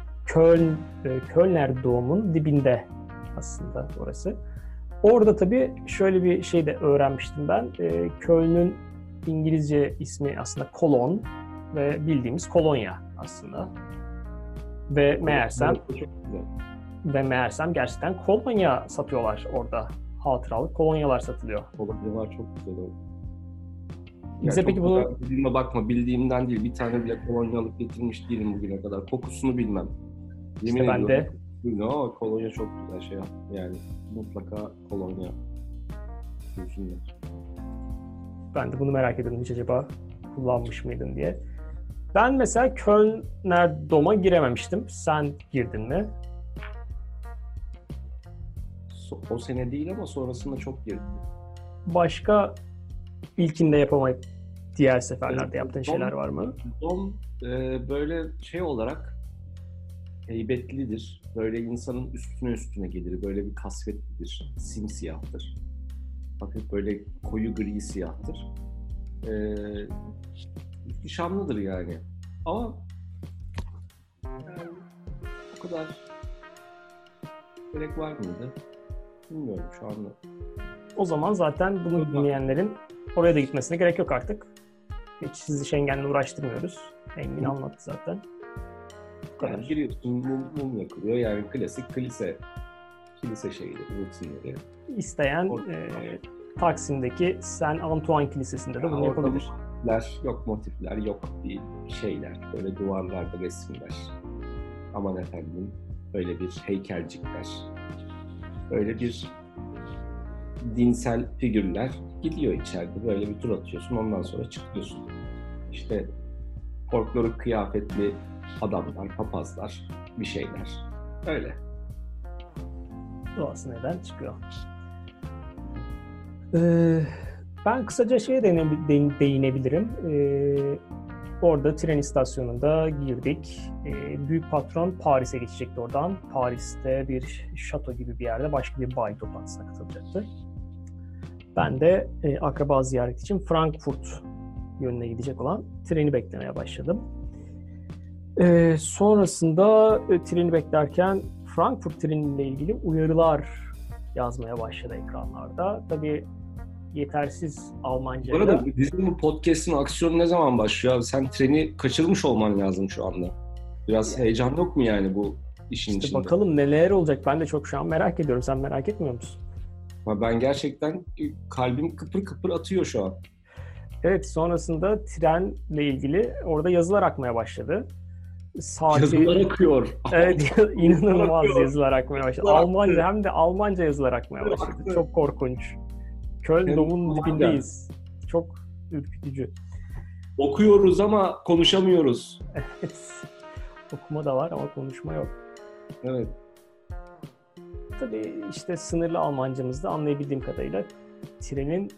[SPEAKER 1] Kölner Dom'un dibinde aslında orası. Orada tabii şöyle bir şey de öğrenmiştim ben. Köln'ün İngilizce ismi aslında Kolon ve bildiğimiz kolonya aslında. Ve meğersem gerçekten kolonya satıyorlar orada. Hatıralık kolonyalar satılıyor.
[SPEAKER 2] Kolonyalar çok güzel oldu.
[SPEAKER 1] Bize peki bunu...
[SPEAKER 2] Bildiğime bakma, bildiğimden değil. Bir tane bile kolonya alıp getirmiş değilim bugüne kadar. Kokusunu bilmem. Yemin
[SPEAKER 1] İşte ben de...
[SPEAKER 2] No, kolonya çok güzel şey yani mutlaka kolonya düşünler.
[SPEAKER 1] Ben de bunu merak ediyordum, hiç acaba kullanmış mıydın diye. Ben mesela Kölner Dom'a girememiştim. Sen girdin mi?
[SPEAKER 2] O sene değil ama sonrasında çok girdim.
[SPEAKER 1] Başka ilkinde yapamayıp diğer seferlerde yaptığın şeyler var mı?
[SPEAKER 2] Dom böyle şey olarak heybetlidir. Böyle insanın üstüne gelir. Böyle bir kasvetlidir. Simsiyahtır. Hafif böyle koyu gri siyahtır. İhtişamlıdır yani. Ama yani o kadar gerek var mıydı? Bilmiyorum şu anda.
[SPEAKER 1] O zaman zaten bunu dinleyenlerin oraya da gitmesine gerek yok artık. Hiç sizi Schengen'le uğraştırmıyoruz. Engin anlattı zaten.
[SPEAKER 2] Yani giriyorsun, mum yakılıyor. Yani klasik kilise şeyleri, rutinleri.
[SPEAKER 1] İsteyen Taksim'deki Saint Antoine Kilisesi'nde de bunu yapabilir.
[SPEAKER 2] Motifler, yok bir şeyler. Böyle duvarlarda resimler. Aman efendim, böyle bir heykelcikler. Böyle bir dinsel figürler gidiyor içeride. Böyle bir tur atıyorsun, ondan sonra çıkıyorsun. İşte folklorik kıyafetli adamlar, papazlar, bir şeyler. Öyle.
[SPEAKER 1] Doğası neden çıkıyor. Ben kısaca şeye değinebilirim. Orada tren istasyonunda girdik. Büyük patron Paris'e geçecekti oradan. Paris'te bir şato gibi bir yerde başka bir bayi toplantısına katılacaktı. Ben de akraba ziyareti için Frankfurt yönüne gidecek olan treni beklemeye başladım. Sonrasında treni beklerken Frankfurt treniyle ilgili uyarılar yazmaya başladı ekranlarda. Tabii yetersiz Almanca'yla.
[SPEAKER 2] Bu arada bizim bu podcast'in aksiyonu ne zaman başlıyor abi? Sen treni kaçırmış olman lazım şu anda. Biraz heyecan yok mu yani bu işin içinde?
[SPEAKER 1] Bakalım neler olacak. Ben de çok şu an merak ediyorum. Sen merak etmiyor musun?
[SPEAKER 2] Ama ben gerçekten kalbim kıpır kıpır atıyor şu an.
[SPEAKER 1] Evet, sonrasında trenle ilgili orada yazılar akmaya başladı.
[SPEAKER 2] Yazılar akıyor.
[SPEAKER 1] Evet, inanılmaz yazılar akmaya başladı. Almanca, hem de Almanca yazılar akmaya başladı. Çok korkunç. Köln Dom'un dibindeyiz. Çok ürkütücü.
[SPEAKER 2] Okuyoruz ama konuşamıyoruz.
[SPEAKER 1] Evet. Okuma da var ama konuşma yok.
[SPEAKER 2] Evet.
[SPEAKER 1] Tabii işte sınırlı Almancamızda anlayabildiğim kadarıyla trenin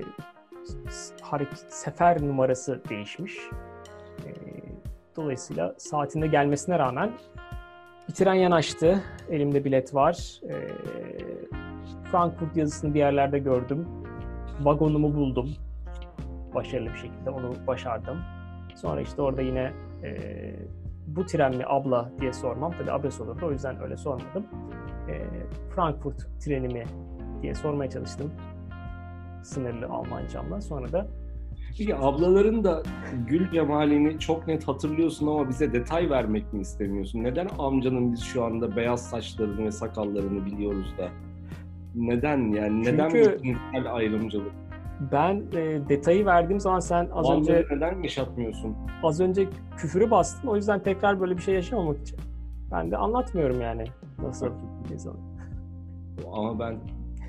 [SPEAKER 1] sefer numarası değişmiş. Dolayısıyla saatinde gelmesine rağmen bir tren yanaştı. Elimde bilet var. Frankfurt yazısını bir yerlerde gördüm. Vagonumu buldum. Başarılı bir şekilde onu başardım. Sonra işte orada yine bu tren mi abla diye sormam. Tabii abes olurdu, o yüzden öyle sormadım. Frankfurt treni mi diye sormaya çalıştım. Sınırlı Almancamla. Sonra da
[SPEAKER 2] Peki ablaların da gül cemalini çok net hatırlıyorsun ama bize detay vermek mi istemiyorsun? Neden amcanın biz şu anda beyaz saçlarını ve sakallarını biliyoruz da? Neden yani? Neden bu cinsel ayrımcılık?
[SPEAKER 1] Ben detayı verdiğim zaman sen az önce
[SPEAKER 2] neden yaşatmıyorsun?
[SPEAKER 1] Az önce küfürü bastın. O yüzden tekrar böyle bir şey yaşamamak için ben de anlatmıyorum yani nasıl insan.
[SPEAKER 2] Ama ben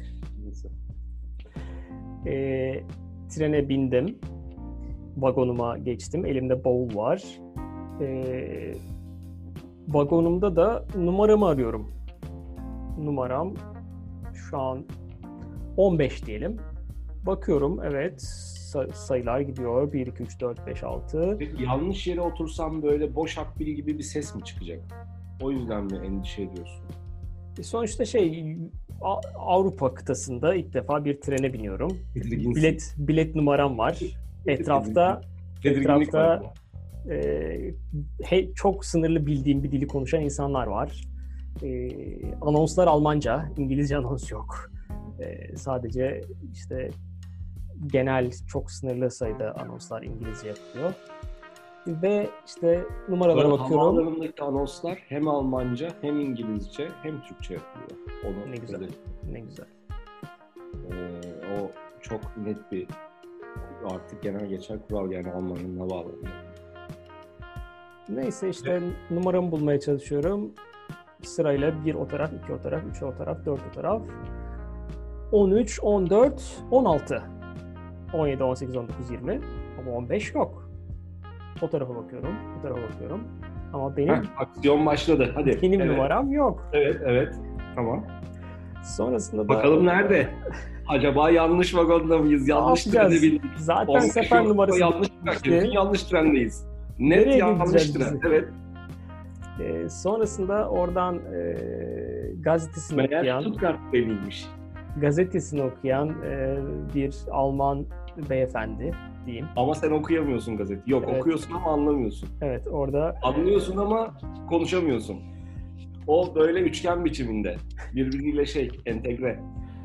[SPEAKER 1] trene bindim. Vagonuma geçtim. Elimde bavul var. Vagonumda da numaramı arıyorum. Numaram şu an 15 diyelim. Bakıyorum, evet, sayılar gidiyor. 1, 2, 3, 4, 5, 6.
[SPEAKER 2] Peki yanlış yere otursam böyle boş akbil gibi bir ses mi çıkacak? O yüzden mi endişe ediyorsun?
[SPEAKER 1] Sonuçta Avrupa kıtasında ilk defa bir trene biniyorum. Bilet numaram var. Etrafta çok sınırlı bildiğim bir dili konuşan insanlar var. Anonslar Almanca, İngilizce anons yok. Sadece işte genel çok sınırlı sayıda anonslar İngilizce yapılıyor. Ve işte numaralara bakıyorum.
[SPEAKER 2] Havaalanındaki anonslar hem Almanca hem İngilizce hem Türkçe yapılıyor.
[SPEAKER 1] Ne güzel. Ne güzel.
[SPEAKER 2] O çok net bir artık genel geçer kural yani Almanya'nın havaalanında.
[SPEAKER 1] Neyse işte numaramı bulmaya çalışıyorum. Sırayla 1 o taraf, 2 o taraf, 3 o taraf, 4 o taraf. 13, 14, 16. 17, 18, 19, 20. Ama 15 yok. O tarafa bakıyorum, bu tarafa bakıyorum. Ama benim...
[SPEAKER 2] aksiyon başladı. Hadi.
[SPEAKER 1] Benim numaram yok.
[SPEAKER 2] Evet. Tamam.
[SPEAKER 1] Sonrasında da...
[SPEAKER 2] Bakalım nerede? Acaba yanlış vagonda mıyız? Yanlış trende bindik.
[SPEAKER 1] Zaten sefer numarası
[SPEAKER 2] yanlış trendeyiz. Net yanlış tren. Evet.
[SPEAKER 1] Sonrasında oradan gazetesini okuyan...
[SPEAKER 2] Stuttgart beliymiş.
[SPEAKER 1] Gazetesini okuyan bir Alman beyefendi diyeyim.
[SPEAKER 2] Ama sen okuyamıyorsun gazete. Yok, evet. Okuyorsun ama anlamıyorsun.
[SPEAKER 1] Evet, orada...
[SPEAKER 2] Anlıyorsun ama konuşamıyorsun. O böyle üçgen biçiminde. Birbiriyle entegre.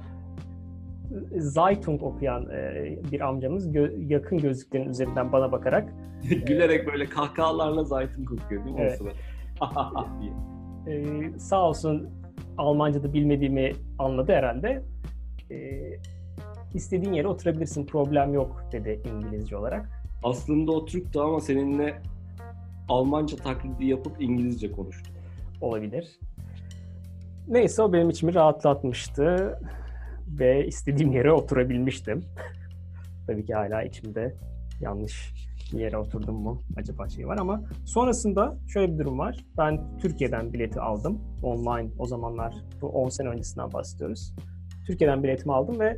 [SPEAKER 1] Zeitung okuyan bir amcamız yakın gözlüklerin üzerinden bana bakarak...
[SPEAKER 2] Gülerek böyle kahkahalarla Zeitung okuyor değil mi
[SPEAKER 1] evet.
[SPEAKER 2] O sırada?
[SPEAKER 1] Sağ olsun Almanca'da bilmediğimi anladı herhalde. İstediğin yere oturabilirsin, problem yok dedi İngilizce olarak.
[SPEAKER 2] Aslında o Türk'tü ama seninle Almanca taklidi yapıp İngilizce konuştu.
[SPEAKER 1] Olabilir. Neyse o benim içimi rahatlatmıştı ve istediğim yere oturabilmiştim. Tabii ki hala içimde yanlış yere oturdum mu acaba var ama sonrasında şöyle bir durum var. Ben Türkiye'den bileti aldım. Online o zamanlar, bu 10 sene öncesinden bahsediyoruz. Türkiye'den biletimi aldım ve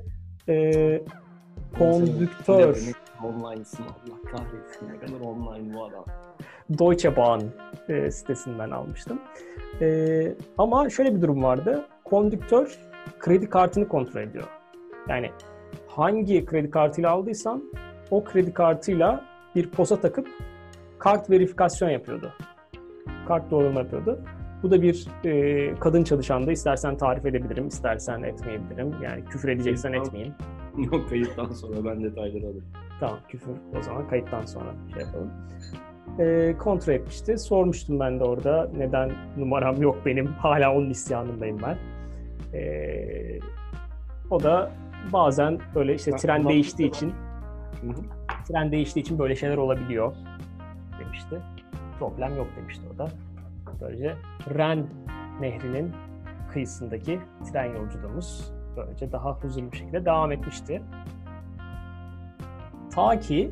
[SPEAKER 1] kondüktör...
[SPEAKER 2] Online'sın, Allah kahretsin, ne kadar online bu adam.
[SPEAKER 1] Deutsche Bahn sitesinden almıştım. Ama şöyle bir durum vardı. Kondüktör kredi kartını kontrol ediyor. Yani hangi kredi kartıyla aldıysan o kredi kartıyla bir posa takıp kart verifikasyon yapıyordu. Kart doğrulama yapıyordu. Bu da bir kadın çalışandı. İstersen tarif edebilirim, istersen etmeyebilirim. Yani küfür edeceksen etmeyeyim.
[SPEAKER 2] Yok, kayıttan sonra ben detayları alırım.
[SPEAKER 1] Tamam, küfür o zaman kayıttan sonra yapalım. Kontrol etmişti. Sormuştum ben de orada neden numaram yok benim. Hala onun isyanındayım ben. O da bazen böyle işte tren değiştiği için böyle şeyler olabiliyor demişti. Problem yok demişti o da. Böylece Ren Nehri'nin kıyısındaki tren yolculuğumuz böylece daha huzurlu bir şekilde devam etmişti. Ta ki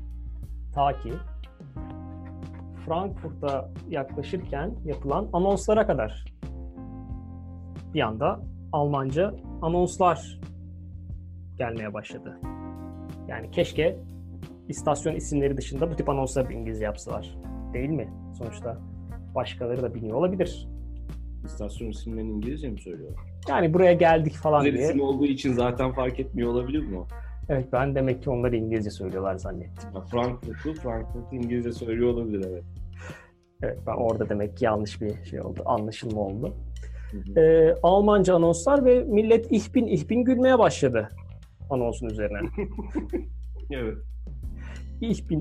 [SPEAKER 1] Frankfurt'a yaklaşırken yapılan anonslara kadar bir anda Almanca anonslar gelmeye başladı. Yani keşke istasyon isimleri dışında bu tip anonsları İngilizce yapsalar. Değil mi? Sonuçta başkaları da biliyor olabilir.
[SPEAKER 2] İstasyon isimlerini İngilizce mi söylüyorlar?
[SPEAKER 1] Yani buraya geldik falan diye.
[SPEAKER 2] İsim olduğu için zaten fark etmiyor olabilir mi o?
[SPEAKER 1] Evet, ben demek ki onları İngilizce söylüyorlar zannettim.
[SPEAKER 2] Frankfurt İngilizce söylüyor olabilir, evet.
[SPEAKER 1] Evet, ben orada demek ki yanlış bir şey oldu, anlaşılma oldu. Almanca anonslar ve millet ich bin gülmeye başladı anonsun üzerine.
[SPEAKER 2] Evet.
[SPEAKER 1] Ich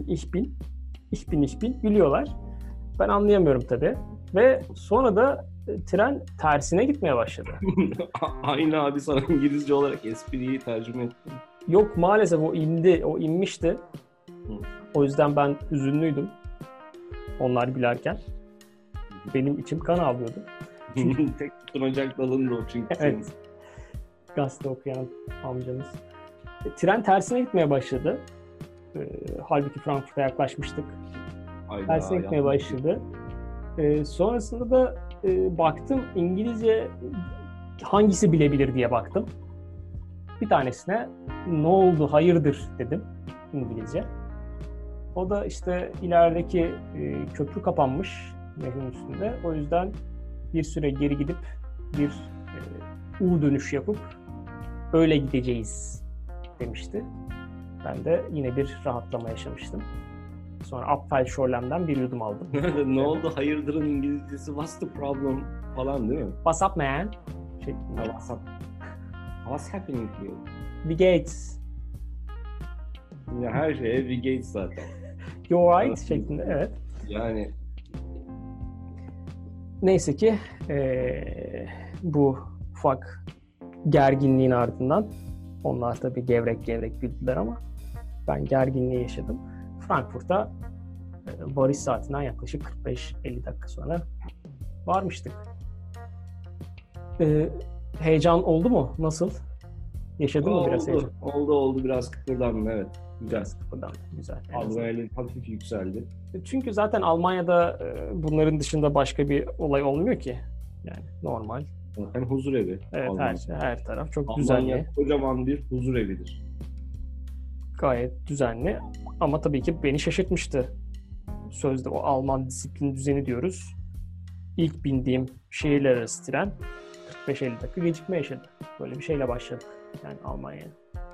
[SPEAKER 1] bin gülüyorlar. Ben anlayamıyorum tabii. Ve sonra da tren tersine gitmeye başladı.
[SPEAKER 2] Aynı abi sana İngilizce olarak espriyi tercüme ettim.
[SPEAKER 1] Yok, maalesef o inmişti. O yüzden ben hüzünlüydüm. Onlar gülerken. Benim içim kan ağlıyordu.
[SPEAKER 2] Tek tutunacak dalın da o çünkü.
[SPEAKER 1] Evet. Gazete okuyan amcamız. Tren tersine gitmeye başladı. Halbuki Frankfurt'a yaklaşmıştık. Tersine gitmeye başladı. Sonrasında da baktım İngilizce hangisi bilebilir diye baktım. Bir tanesine ne oldu hayırdır dedim İngilizce. O da işte ilerideki köprü kapanmış nehrin üstünde. O yüzden bir süre geri gidip bir U dönüş yapıp öyle gideceğiz demişti. Ben de yine bir rahatlama yaşamıştım. Sonra Apfelschorlem'den bir yudum aldım.
[SPEAKER 2] Ne oldu hayırdırın İngilizcesi what's the problem falan değil mi?
[SPEAKER 1] What's up man? Şeklinde.
[SPEAKER 2] What's up? What's happening here?
[SPEAKER 1] We Gates.
[SPEAKER 2] Ya her şeye we Gates zaten.
[SPEAKER 1] You alright? Şeklinde evet.
[SPEAKER 2] Yani
[SPEAKER 1] neyse ki bu ufak gerginliğin ardından onlar tabii gevrek gevrek güldüler ama ben gerginliği yaşadım. Frankfurt'a varış saatinden yaklaşık 45-50 dakika sonra varmıştık. Heyecan oldu mu? Nasıl? Yaşadın mı biraz heyecan?
[SPEAKER 2] Oldu biraz kıpırdandım evet. Güzel.
[SPEAKER 1] Biraz kıpırdandım. Güzel.
[SPEAKER 2] Adrenalin hafif yükseldi.
[SPEAKER 1] Çünkü zaten Almanya'da bunların dışında başka bir olay olmuyor ki. Yani normal.
[SPEAKER 2] Zaten huzur evi.
[SPEAKER 1] Evet her taraf çok
[SPEAKER 2] Almanya
[SPEAKER 1] düzenli.
[SPEAKER 2] Almanya kocaman bir huzur evidir.
[SPEAKER 1] Gayet düzenli ama tabii ki beni şaşırtmıştı. Sözde o Alman disiplin düzeni diyoruz. İlk bindiğim şehirler arası tren 45-50 dakika gecikme yaşadı. Böyle bir şeyle başladık yani Almanya'ya.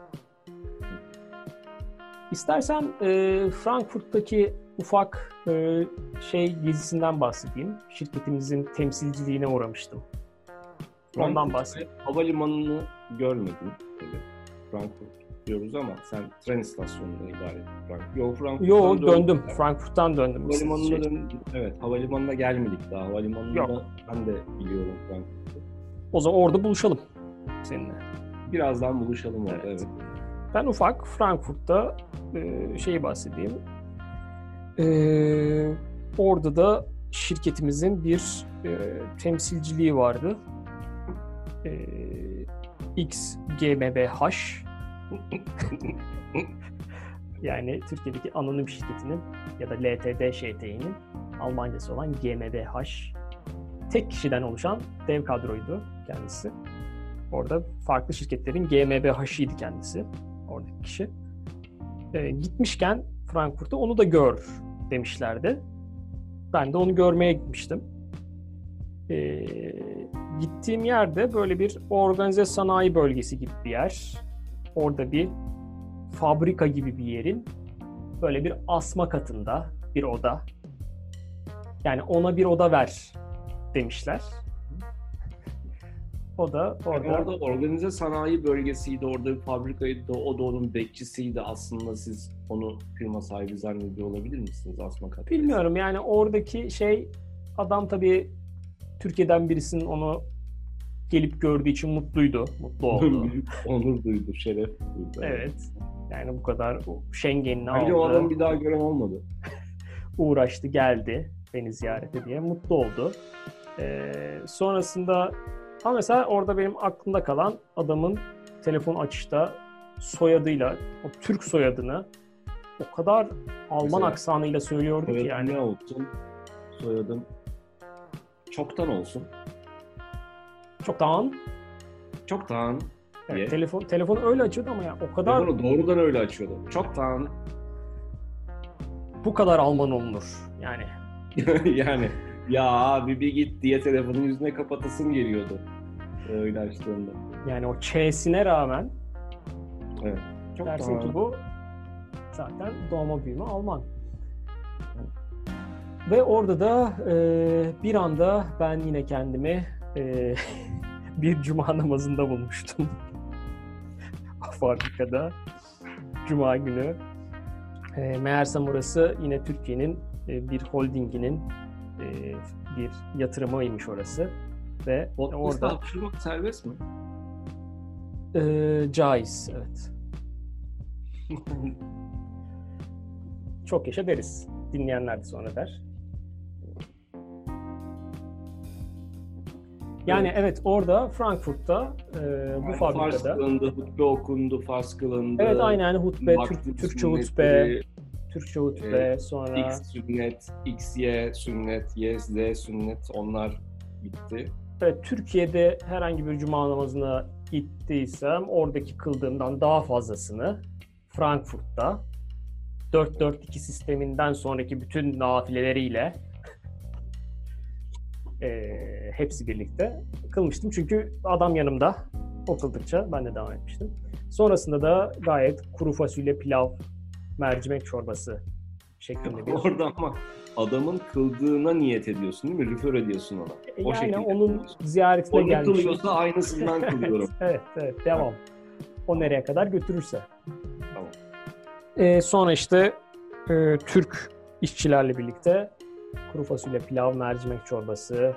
[SPEAKER 1] İstersen Frankfurt'taki ufak gezisinden bahsedeyim. Şirketimizin temsilciliğine uğramıştım. Ondan bahsedeyim.
[SPEAKER 2] Havalimanını görmedim. Frankfurt diyoruz ama sen tren istasyonunda ibaret.
[SPEAKER 1] Yo döndüm. Frankfurt'tan döndüm.
[SPEAKER 2] Havalimanına döndüm. Evet, havalimanına gelmedik daha. Havalimanında ben de biliyorum Frankfurt'u.
[SPEAKER 1] O zaman orada buluşalım seninle.
[SPEAKER 2] Birazdan buluşalım orada, evet.
[SPEAKER 1] Ben ufak Frankfurt'ta bahsedeyim. Orada da şirketimizin bir temsilciliği vardı. X GmbH yani Türkiye'deki anonim şirketinin ya da LTD ŞT'nin Almancası olan GmbH tek kişiden oluşan dev kadroydu kendisi. Orada farklı şirketlerin GmbH'iydi kendisi. Oradaki kişi. Gitmişken Frankfurt'a onu da gör demişlerdi. Ben de onu görmeye gitmiştim. Gittiğim yerde böyle bir organize sanayi bölgesi gibi bir yer. Orada bir fabrika gibi bir yerin böyle bir asma katında bir oda. Yani ona bir oda ver demişler. O da orada
[SPEAKER 2] organize sanayi bölgesiydi, orada bir fabrikaydı, o da onun bekçisiydi. Aslında siz onu firma sahibi zannediyor olabilir misiniz asma katında?
[SPEAKER 1] Bilmiyorum yani oradaki adam tabii Türkiye'den birisinin onu gelip gördüğü için mutlu oldu.
[SPEAKER 2] Onur duydu, şeref duydu.
[SPEAKER 1] Evet. Yani bu kadar Schengen'ini aldı.
[SPEAKER 2] Bence o adam bir daha gören olmadı.
[SPEAKER 1] Uğraştı, geldi beni ziyarete diye. Mutlu oldu. Sonrasında ama mesela orada benim aklımda kalan adamın telefon açışta soyadıyla, o Türk soyadını o kadar Alman mesela, aksanıyla söylüyordu ki yani.
[SPEAKER 2] Ne olsun? Soyadım çoktan olsun. Çoktan.
[SPEAKER 1] Evet, telefonu öyle açıyordu ama ya o kadar...
[SPEAKER 2] Telefonu doğrudan öyle açıyordu. Çoktan.
[SPEAKER 1] Bu kadar Alman olunur yani.
[SPEAKER 2] Yani ya abi bir git diye telefonun yüzüne kapatasım geliyordu. Öyle açtığında.
[SPEAKER 1] Yani o Ç'sine rağmen
[SPEAKER 2] evet.
[SPEAKER 1] Dersin ki bu zaten doğma büyüme Alman. Ve orada da bir anda ben yine kendimi bir cuma namazında bulmuştum. Fabrikada. Cuma günü. Meğersem orası yine Türkiye'nin bir holdinginin bir yatırımıymış orası. Ve orada
[SPEAKER 2] hapşırmak serbest mi?
[SPEAKER 1] Caiz, evet. Çok yaşa deriz. Dinleyenler de sonra der. Yani evet orada Frankfurt'ta bu fabrikada
[SPEAKER 2] Fars kılındı, hutbe okundu, Fars kılındı.
[SPEAKER 1] Evet aynen hutbe, Türkçe hutbe, sonra
[SPEAKER 2] X sünnet, XY sünnet, YZ sünnet onlar bitti.
[SPEAKER 1] Evet, Türkiye'de herhangi bir cuma namazına gittiysem oradaki kıldığımdan daha fazlasını Frankfurt'ta 4-4-2 sisteminden sonraki bütün nafileleriyle hepsi birlikte kılmıştım. Çünkü adam yanımda o kıldıkça ben de devam etmiştim. Sonrasında da gayet kuru fasulye, pilav, mercimek çorbası şeklinde bir...
[SPEAKER 2] Orada ama adamın kıldığına niyet ediyorsun değil mi? Refer ediyorsun ona. O
[SPEAKER 1] yani
[SPEAKER 2] şekilde
[SPEAKER 1] onun
[SPEAKER 2] kılıyorsun.
[SPEAKER 1] ziyaretine
[SPEAKER 2] O
[SPEAKER 1] gelmişim.
[SPEAKER 2] kılıyorsa aynısından kılıyorum.
[SPEAKER 1] Evet, devam. O nereye kadar götürürse.
[SPEAKER 2] Tamam.
[SPEAKER 1] Sonra işte Türk işçilerle birlikte kuru fasulye, pilav, mercimek çorbası,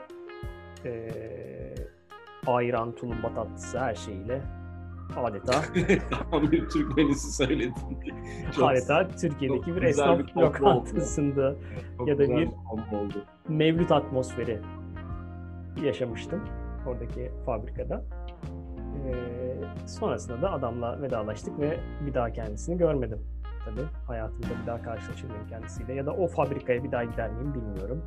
[SPEAKER 1] ayran, tulumba tatlısı her şeyiyle adeta
[SPEAKER 2] Tam bir Türk menüsü söyledin.
[SPEAKER 1] adeta Türkiye'deki bir
[SPEAKER 2] güzel
[SPEAKER 1] esnaf
[SPEAKER 2] bir kombo
[SPEAKER 1] lokantasında
[SPEAKER 2] Çok
[SPEAKER 1] ya da
[SPEAKER 2] güzel
[SPEAKER 1] bir
[SPEAKER 2] kombo oldu.
[SPEAKER 1] mevlüt atmosferi yaşamıştım oradaki fabrikada. Sonrasında da adamla vedalaştık ve bir daha kendisini görmedim. Tabii hayatımda bir daha karşılaşır mıyım kendisiyle ya da o fabrikaya bir daha gider miyim bilmiyorum.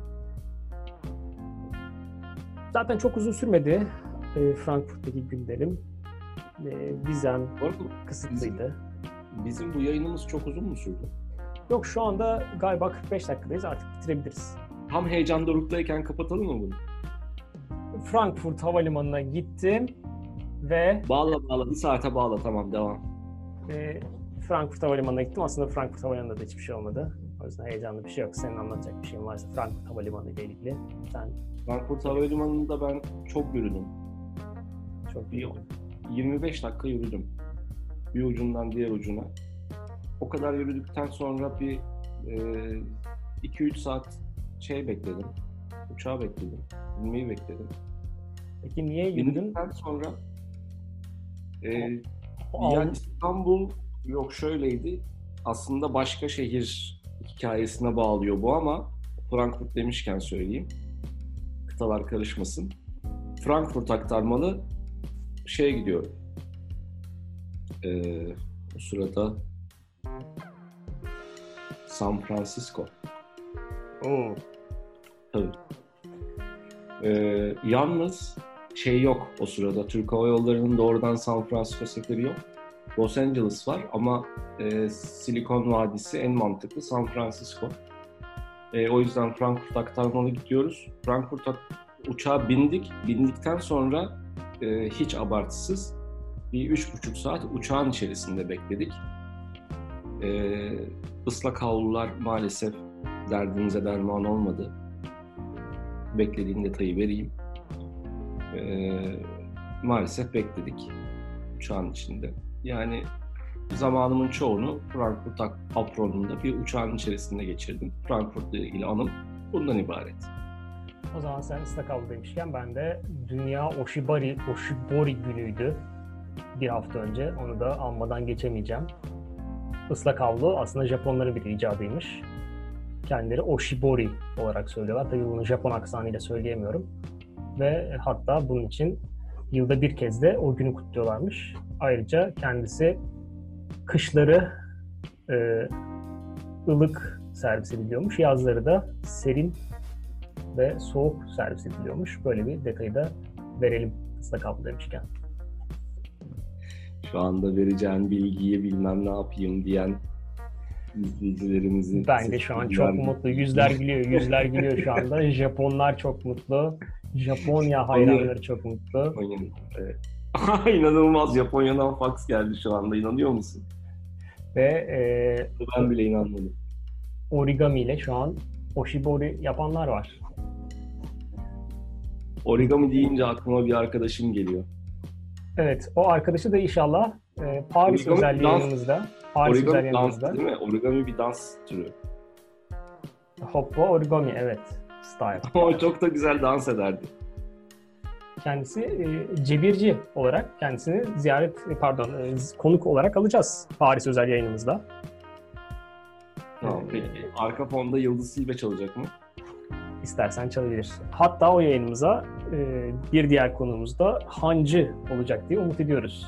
[SPEAKER 1] Zaten çok uzun sürmedi Frankfurt'taki günlerim. Vizem kısıtlıydı.
[SPEAKER 2] Bizim bu yayınımız çok uzun mu sürdü?
[SPEAKER 1] Yok, şu anda galiba 45 dakikadayız, artık bitirebiliriz.
[SPEAKER 2] Tam heyecan doruktayken kapatalım mı bunu?
[SPEAKER 1] Frankfurt Havalimanı'na gittim ve...
[SPEAKER 2] Bağla. Bir saate bağla. Tamam, devam.
[SPEAKER 1] Frankfurt Havalimanı'na gittim. Aslında Frankfurt Havalimanı'nda da hiçbir şey olmadı. O yüzden heyecanlı bir şey yok. Senin anlatacak bir şeyin varsa Frankfurt Havalimanı ile ilgili.
[SPEAKER 2] Frankfurt Havalimanı'nda ben çok yürüdüm.
[SPEAKER 1] Çok
[SPEAKER 2] iyi. 25 dakika yürüdüm. Bir ucundan diğer ucuna. O kadar yürüdükten sonra bir 2-3 saat bekledim. Uçağı bekledim. İnmeyi bekledim.
[SPEAKER 1] Peki niye yürüdün?
[SPEAKER 2] İndikten sonra yani İstanbul yok şöyleydi. Aslında başka şehir hikayesine bağlıyor bu ama Frankfurt demişken söyleyeyim. Kıtalar karışmasın. Frankfurt aktarmalı gidiyorum. O sırada San Francisco. Tabii. Yalnız yok o sırada. Türk Hava Yolları'nın doğrudan San Francisco seferi yok. Los Angeles var ama Silikon Vadisi en mantıklı San Francisco. O yüzden Frankfurt aktarmalı gidiyoruz. Frankfurt uçağa bindik. Bindikten sonra hiç abartısız bir 3,5 saat uçağın içerisinde bekledik. Islak havlular maalesef derdimize derman olmadı. Beklediğin detayı vereyim. Maalesef bekledik uçağın içinde. Yani zamanımın çoğunu Frankfurt apronunda bir uçağın içerisinde geçirdim. Frankfurt'la ilgili anım bundan ibaret.
[SPEAKER 1] O zaman sen ıslak havlu demişken ben de Dünya Oshibori günüydü bir hafta önce. Onu da anmadan geçemeyeceğim. Islak havlu aslında Japonların bir icadıymış. Kendileri Oshibori olarak söylüyorlar. Tabii bunu Japon aksanıyla söyleyemiyorum. Ve hatta bunun için yılda bir kez de o günü kutluyorlarmış. Ayrıca kendisi kışları ılık servis ediliyormuş. Yazları da serin ve soğuk servis ediliyormuş. Böyle bir detayı da verelim ıslak havlu demişken.
[SPEAKER 2] Şu anda vereceğin bilgiyi bilmem ne yapayım diyen izleyicilerimizi...
[SPEAKER 1] Ben de şu an çok mutlu. Yüzler gülüyor şu anda. Japonlar çok mutlu. Japonya hayranları çok mutlu.
[SPEAKER 2] Evet. İnanılmaz. Japonya'dan fax geldi şu anda. İnanıyor musun?
[SPEAKER 1] Ve
[SPEAKER 2] ben bile inanmadım.
[SPEAKER 1] Origami ile şu an Oshibori yapanlar var.
[SPEAKER 2] Origami deyince aklıma bir arkadaşım geliyor.
[SPEAKER 1] Evet. O arkadaşı da inşallah Paris
[SPEAKER 2] origami
[SPEAKER 1] özel yayınımızda. Paris özel yayınımızda.
[SPEAKER 2] Dans değil mi? Origami bir dans türü.
[SPEAKER 1] Hoppa origami, evet. Style.
[SPEAKER 2] O çok da güzel dans ederdi.
[SPEAKER 1] Kendisi cebirci olarak kendisini konuk olarak alacağız Paris özel yayınımızda.
[SPEAKER 2] Tamam, peki. Arka fonda Yıldız Silbe çalacak mı?
[SPEAKER 1] İstersen çalabilir. Hatta o yayınımıza bir diğer konuğumuz da Hancı olacak diye umut ediyoruz.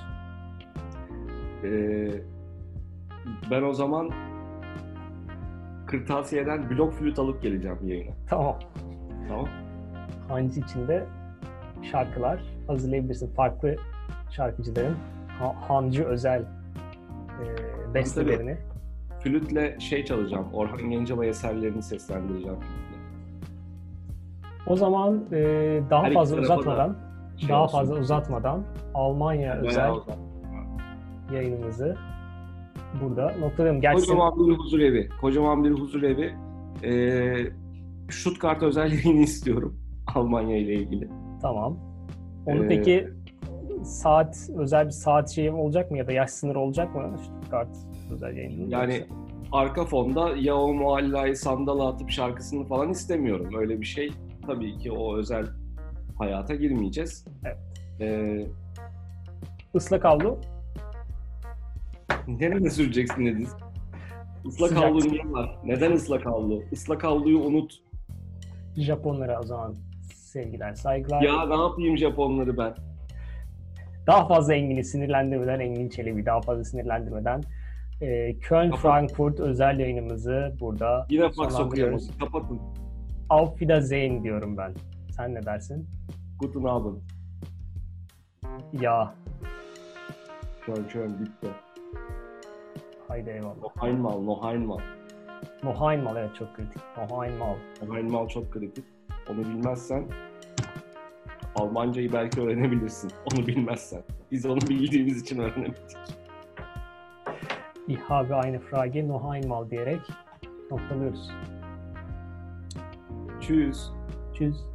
[SPEAKER 2] Ben o zaman kırtasiyeden blok flüt alıp geleceğim yayına.
[SPEAKER 1] Tamam.
[SPEAKER 2] Tamam.
[SPEAKER 1] Hancı için de şarkılar hazırlayabilirsin. Farklı şarkıcıların Hancı Özel bestelerini.
[SPEAKER 2] Flütle çalacağım. Orhan Gencebay eserlerini seslendireceğim flütle.
[SPEAKER 1] O zaman daha fazla uzatmadan Almanya özel yayınımızı burada noktalayalım.
[SPEAKER 2] Kocaman bir huzur evi. Stuttgart özel yayını istiyorum Almanya ile ilgili.
[SPEAKER 1] Tamam. Onu peki özel bir saat şeyi olacak mı ya da yaş sınırı olacak mı Stuttgart özel yayının?
[SPEAKER 2] Yani
[SPEAKER 1] yoksa?
[SPEAKER 2] Arka fonda ya o muallayı sandala atıp şarkısını falan istemiyorum. Öyle bir şey tabii ki o özel hayata girmeyeceğiz.
[SPEAKER 1] Evet. Islak havlu.
[SPEAKER 2] Nereye süreceksin Ediz? Islak havlu niye var? Neden ıslak havlu? Islak havluyu unut.
[SPEAKER 1] Japonlara o zaman sevgiler, saygılar.
[SPEAKER 2] Ya ne yapayım Japonları ben?
[SPEAKER 1] Daha fazla Engin'i sinirlendirmeden, Engin Çelebi daha fazla sinirlendirmeden Köln-Frankfurt özel yayınımızı burada
[SPEAKER 2] yine fax okuyoruz. Kapatın.
[SPEAKER 1] Auf Wiedersehen diyorum ben. Sen ne dersin?
[SPEAKER 2] Guten Abend.
[SPEAKER 1] Ya.
[SPEAKER 2] Köln bitti.
[SPEAKER 1] Haydi eyvallah.
[SPEAKER 2] Noch einmal
[SPEAKER 1] evet çok kritik.
[SPEAKER 2] Noch einmal çok kritik. Onu bilmezsen Almancayı belki öğrenebilirsin. Onu bilmezsen. Biz onu bildiğimiz için öğrenemedik.
[SPEAKER 1] Ich habe eine Frage noch einmal diyerek noktalıyoruz.
[SPEAKER 2] Tschüss.
[SPEAKER 1] Tschüss.